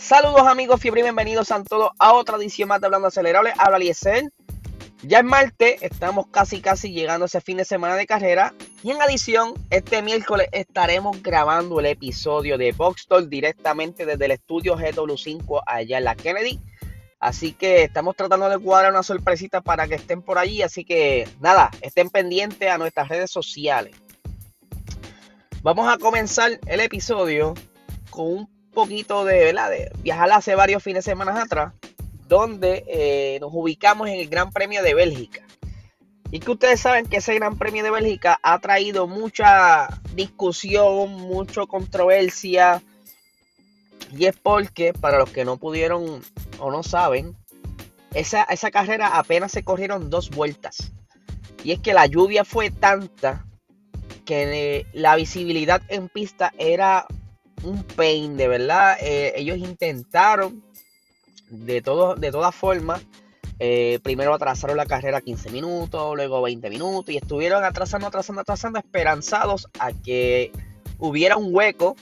Saludos amigos fiebre y bienvenidos a todos a otra edición más de Hablando Acelerable. Habla Eliezer. Ya es martes, estamos casi llegando a ese fin de semana de carrera. Y en adición, este miércoles estaremos grabando el episodio de Box Talk directamente desde el estudio GW5 allá en la Kennedy. Así que estamos tratando de cuadrar una sorpresita para que estén por allí. Así que nada, estén pendientes a nuestras redes sociales. Vamos a comenzar el episodio con un poquito de viajar hace varios fines de semana atrás, donde nos ubicamos en el Gran Premio de Bélgica. Y que ustedes saben que ese Gran Premio de Bélgica ha traído mucha discusión, mucha controversia. Y es porque, para los que no pudieron o no saben, esa carrera apenas se corrieron 2 vueltas. Y es que la lluvia fue tanta que la visibilidad en pista era un pain, de verdad. Ellos intentaron de todas formas. Primero atrasaron la carrera 15 minutos, luego 20 minutos y estuvieron atrasando, esperanzados a que hubiera un hueco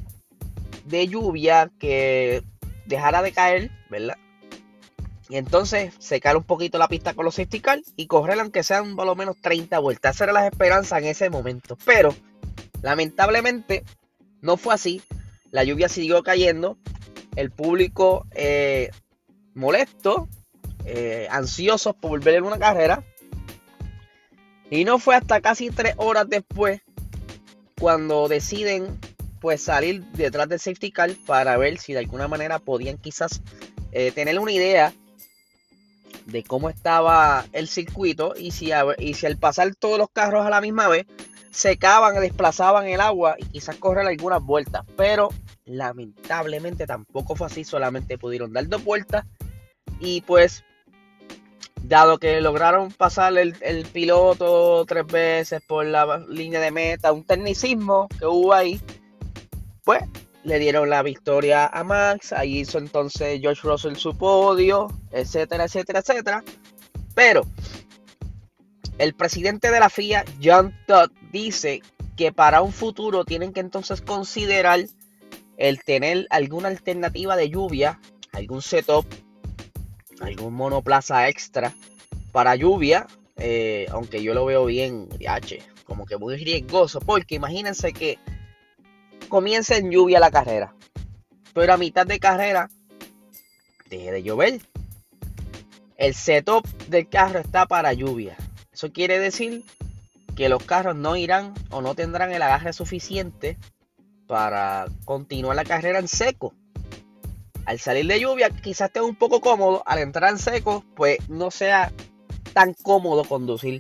de lluvia que dejara de caer, ¿verdad? Y entonces secar un poquito la pista con los safety car y correr aunque sean por lo menos 30 vueltas. Esas eran las esperanzas en ese momento. Pero lamentablemente no fue así. La lluvia siguió cayendo. El público molesto, ansiosos por volver en una carrera. Y no fue hasta casi 3 horas después cuando deciden pues salir detrás del safety car para ver si de alguna manera podían quizás tener una idea de cómo estaba el circuito y si al pasar todos los carros a la misma vez secaban, desplazaban el agua y quizás correr algunas vueltas. Pero lamentablemente tampoco fue así, solamente pudieron dar 2 vueltas y pues dado que lograron pasar el piloto 3 veces por la línea de meta, un tecnicismo que hubo ahí, pues le dieron la victoria a Max. Ahí hizo entonces George Russell su podio, etcétera. Pero el presidente de la FIA, John Todt, dice que para un futuro tienen que entonces considerar el tener alguna alternativa de lluvia, algún setup, algún monoplaza extra para lluvia, aunque yo lo veo bien, como que muy riesgoso, porque imagínense que comienza en lluvia la carrera, pero a mitad de carrera deje de llover. El setup del carro está para lluvia. Eso quiere decir que los carros no irán o no tendrán el agarre suficiente para continuar la carrera en seco. Al salir de lluvia quizás esté un poco cómodo, al entrar en seco pues no sea tan cómodo conducir.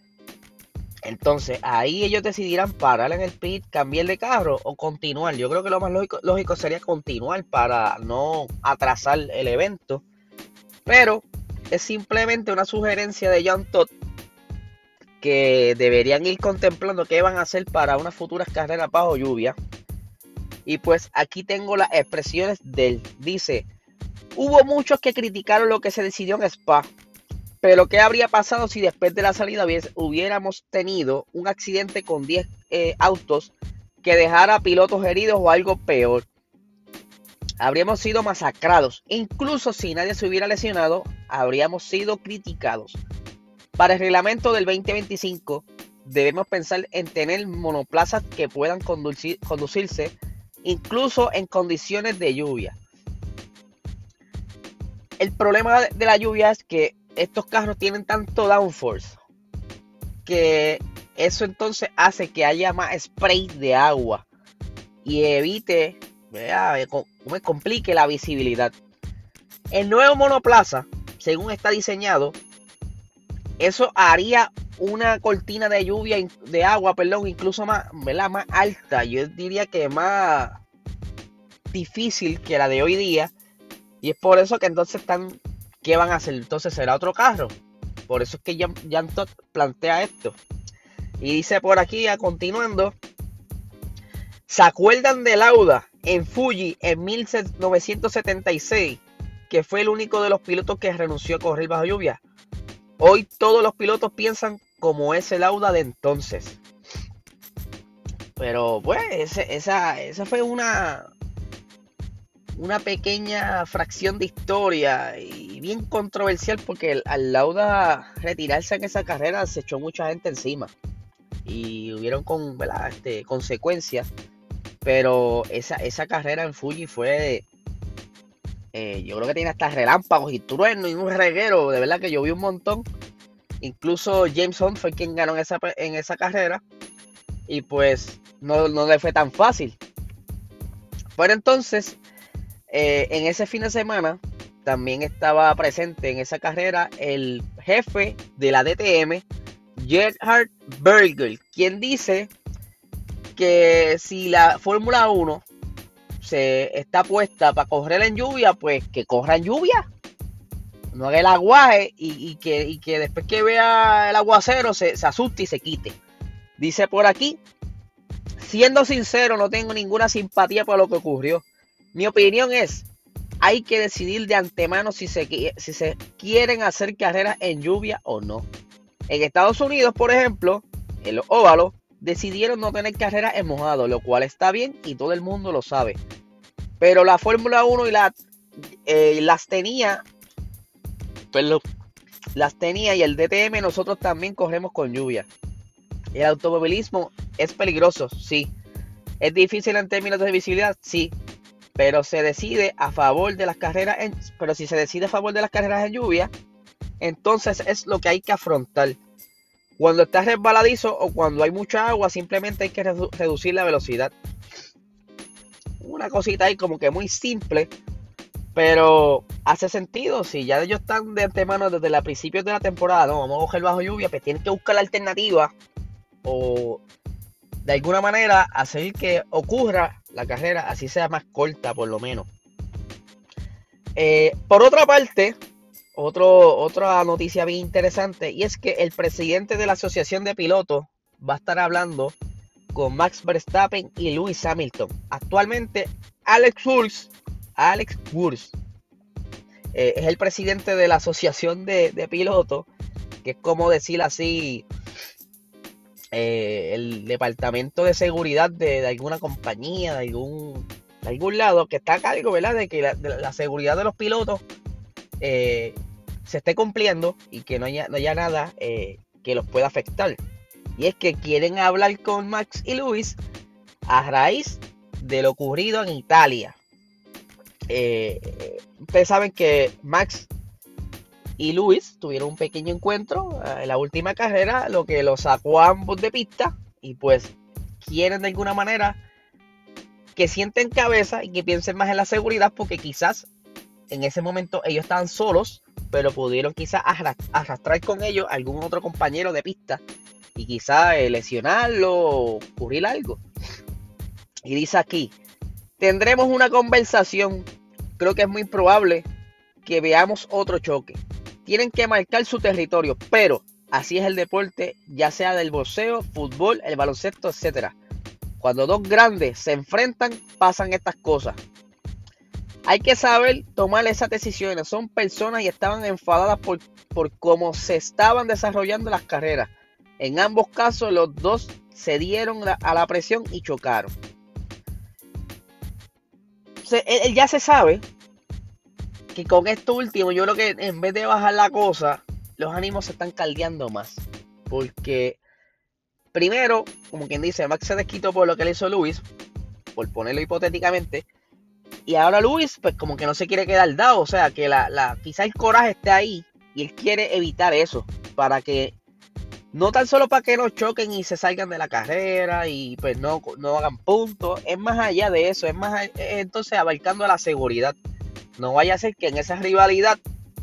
Entonces ahí ellos decidirán parar en el pit, cambiar de carro o continuar. Yo creo que lo más lógico sería continuar para no atrasar el evento. Pero es simplemente una sugerencia de John Todt que deberían ir contemplando qué van a hacer para unas futuras carreras bajo lluvia. Y pues aquí tengo las expresiones de él. Dice: hubo muchos que criticaron lo que se decidió en Spa. Pero ¿qué habría pasado si después de la salida hubiéramos tenido un accidente con 10 autos que dejara pilotos heridos o algo peor? Habríamos sido masacrados. Incluso si nadie se hubiera lesionado, habríamos sido criticados. Para el reglamento del 2025 debemos pensar en tener monoplazas que puedan conducirse incluso en condiciones de lluvia. El problema de la lluvia es que estos carros tienen tanto downforce que eso entonces hace que haya más spray de agua y evite, me complique la visibilidad. El nuevo monoplaza, según está diseñado, eso haría una cortina de lluvia, de agua, incluso más, ¿verdad?, más alta. Yo diría que más difícil que la de hoy día. Y es por eso que entonces ¿qué van a hacer? Entonces será otro carro. Por eso es que John Todt plantea esto. Y dice por aquí, continuando: ¿se acuerdan de Lauda en Fuji en 1976? Que fue el único de los pilotos que renunció a correr bajo lluvia. Hoy todos los pilotos piensan como ese Lauda de entonces. Pero pues esa fue una una pequeña fracción de historia y bien controversial porque al Lauda retirarse en esa carrera se echó mucha gente encima y hubieron ¿verdad? Consecuencias, pero esa carrera en Fuji fue, yo creo que tiene hasta relámpagos y truenos y un reguero, de verdad que llovió un montón. Incluso James Hunt fue quien ganó en esa carrera y pues no le fue tan fácil. Pero entonces, en ese fin de semana también estaba presente en esa carrera el jefe de la DTM, Gerhard Berger, quien dice que si la Fórmula 1 se está puesta para correr en lluvia, pues que corra en lluvia. No haga el aguaje y que después que vea el aguacero se asuste y se quite. Dice por aquí, siendo sincero, no tengo ninguna simpatía por lo que ocurrió. Mi opinión es, hay que decidir de antemano si se quieren hacer carreras en lluvia o no. En Estados Unidos, por ejemplo, en los óvalos, decidieron no tener carreras en mojado, lo cual está bien y todo el mundo lo sabe. Pero la Fórmula 1 las tenía y el DTM nosotros también corremos con lluvia. El automovilismo es peligroso, sí. Es difícil en términos de visibilidad, sí. Pero se decide a favor de las carreras si se decide a favor de las carreras en lluvia, entonces es lo que hay que afrontar. Cuando está resbaladizo o cuando hay mucha agua, simplemente hay que reducir la velocidad. Una cosita ahí como que muy simple, pero hace sentido. Si ya ellos están de antemano desde los principios de la temporada, no, vamos a coger bajo lluvia, pues tienen que buscar la alternativa o de alguna manera hacer que ocurra la carrera, así sea más corta por lo menos. Por otra parte, otra noticia bien interesante, y es que el presidente de la Asociación de Pilotos va a estar hablando con Max Verstappen y Lewis Hamilton. Actualmente Alex Wurz es el presidente de la Asociación de Pilotos, que es como decir así, el departamento de seguridad de alguna compañía, de algún lado, que está a cargo, ¿verdad?, de que la seguridad de los pilotos se esté cumpliendo y que no haya nada que los pueda afectar. Y es que quieren hablar con Max y Lewis a raíz de lo ocurrido en Italia. Ustedes saben que Max y Lewis tuvieron un pequeño encuentro en la última carrera, lo que los sacó a ambos de pista y pues quieren de alguna manera que sienten cabeza y que piensen más en la seguridad, porque quizás en ese momento ellos estaban solos, pero pudieron quizás arrastrar con ellos a algún otro compañero de pista y quizás lesionarlo o ocurrir algo. Y dice aquí, tendremos una conversación, creo que es muy probable que veamos otro choque. Tienen que marcar su territorio, pero así es el deporte, ya sea del boxeo, fútbol, el baloncesto, etc. Cuando dos grandes se enfrentan, pasan estas cosas. Hay que saber tomar esas decisiones. Son personas y estaban enfadadas por cómo se estaban desarrollando las carreras. En ambos casos, los dos se dieron a la presión y chocaron. Él ya se sabe que con esto último, yo creo que en vez de bajar la cosa, los ánimos se están caldeando más. Porque, primero, como quien dice, Max se desquitó por lo que le hizo Lewis, por ponerlo hipotéticamente. Y ahora Lewis, pues como que no se quiere quedar dado. O sea, que quizá el coraje esté ahí y él quiere evitar eso. Para que, no tan solo para que no choquen y se salgan de la carrera y pues no hagan puntos. Es más allá de eso. Es más entonces abarcando a la seguridad. No vaya a ser que en esa rivalidad,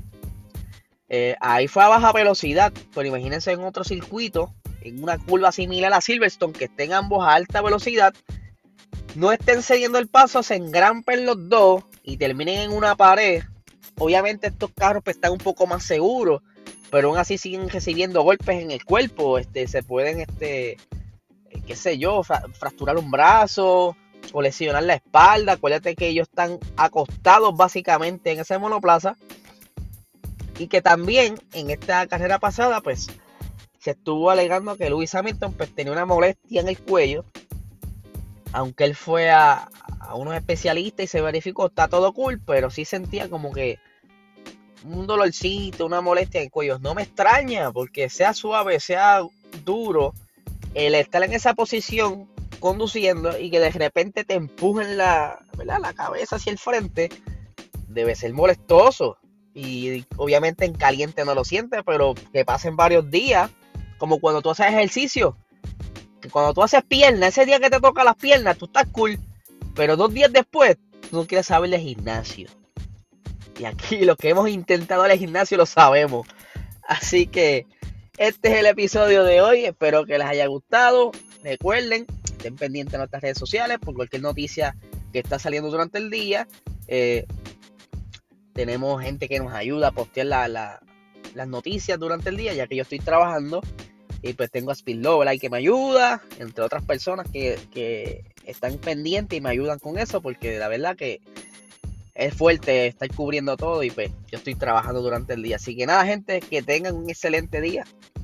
ahí fue a baja velocidad, pero imagínense en otro circuito, en una curva similar a Silverstone, que estén ambos a alta velocidad, no estén cediendo el paso, se engrampen los dos y terminen en una pared. Obviamente estos carros pues, están un poco más seguros, pero aún así siguen recibiendo golpes en el cuerpo. Se pueden, qué sé yo, fracturar un brazo o lesionar la espalda. Acuérdate que ellos están acostados básicamente en ese monoplaza, y que también en esta carrera pasada pues se estuvo alegando que Lewis Hamilton pues tenía una molestia en el cuello, aunque él fue a a unos especialistas y se verificó, está todo cool, pero sí sentía como que un dolorcito, una molestia en el cuello. No me extraña, porque sea suave, sea duro, el estar en esa posición conduciendo y que de repente te empujen ¿verdad?, la cabeza hacia el frente, debe ser molestoso. Y obviamente en caliente no lo sientes, pero que pasen varios días, como cuando tú haces ejercicio, que cuando tú haces piernas, ese día que te toca las piernas, tú estás cool, pero 2 días después, tú no quieres saber de gimnasio. Y aquí los que hemos intentado el gimnasio lo sabemos. Así que este es el episodio de hoy. Espero que les haya gustado. Recuerden, estén pendientes de nuestras redes sociales por cualquier noticia que está saliendo durante el día. Tenemos gente que nos ayuda a postear las noticias durante el día, ya que yo estoy trabajando. Y pues tengo a Spillover que me ayuda, entre otras personas que están pendientes y me ayudan con eso, porque la verdad que es fuerte estar cubriendo todo y pues yo estoy trabajando durante el día. Así que nada, gente, que tengan un excelente día.